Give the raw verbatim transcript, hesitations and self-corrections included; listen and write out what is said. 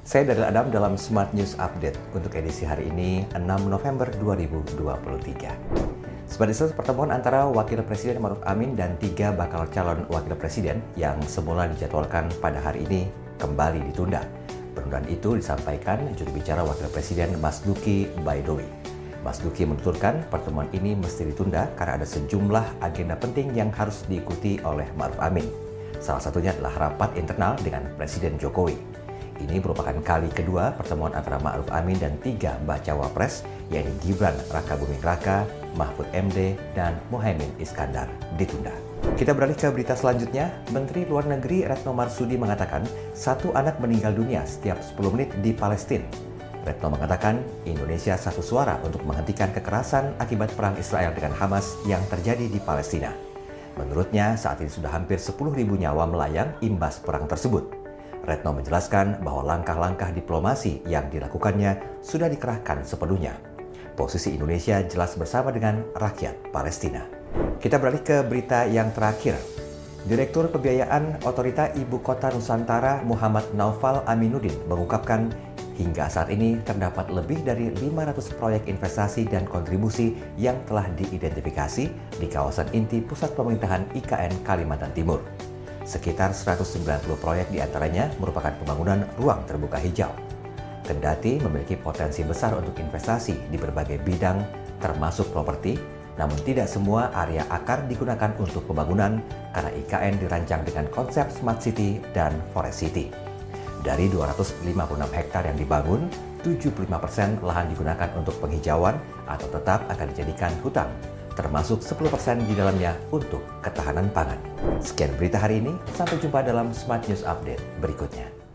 Saya Daryl Adam dalam Smart News Update untuk edisi hari ini, enam November dua ribu dua puluh tiga. Sebagai selesai pertemuan antara Wakil Presiden Ma'ruf Amin dan tiga bakal calon Wakil Presiden yang semula dijadwalkan pada hari ini kembali ditunda. Penundaan itu disampaikan juru bicara Wakil Presiden Mas Duki Baidowi. Mas Duki menuturkan pertemuan ini mesti ditunda karena ada sejumlah agenda penting yang harus diikuti oleh Ma'ruf Amin. Salah satunya adalah rapat internal dengan Presiden Jokowi. Ini merupakan kali kedua pertemuan antara Ma'ruf Amin dan tiga bacawa pres, yaitu Gibran Rakabuming Raka, Mahfud M D, dan Muhaimin Iskandar ditunda. Kita beralih ke berita selanjutnya. Menteri Luar Negeri Retno Marsudi mengatakan satu anak meninggal dunia setiap sepuluh menit di Palestina. Retno mengatakan Indonesia satu suara untuk menghentikan kekerasan akibat perang Israel dengan Hamas yang terjadi di Palestina. Menurutnya saat ini sudah hampir sepuluh ribu nyawa melayang imbas perang tersebut. Retno menjelaskan bahwa langkah-langkah diplomasi yang dilakukannya sudah dikerahkan sepenuhnya. Posisi Indonesia jelas bersama dengan rakyat Palestina. Kita beralih ke berita yang terakhir. Direktur Pembiayaan Otorita Ibu Kota Nusantara Muhammad Naufal Aminuddin mengungkapkan hingga saat ini terdapat lebih dari lima ratus proyek investasi dan kontribusi yang telah diidentifikasi di kawasan inti pusat pemerintahan I K N Kalimantan Timur. Sekitar seratus sembilan puluh proyek diantaranya merupakan pembangunan ruang terbuka hijau. Kendati memiliki potensi besar untuk investasi di berbagai bidang termasuk properti, namun tidak semua area akar digunakan untuk pembangunan karena I K N dirancang dengan konsep Smart City dan Forest City. Dari dua ratus lima puluh enam hektar yang dibangun, tujuh puluh lima persen lahan digunakan untuk penghijauan atau tetap akan dijadikan hutan, termasuk sepuluh persen di dalamnya untuk ketahanan pangan. Sekian berita hari ini, sampai jumpa dalam Smart News Update berikutnya.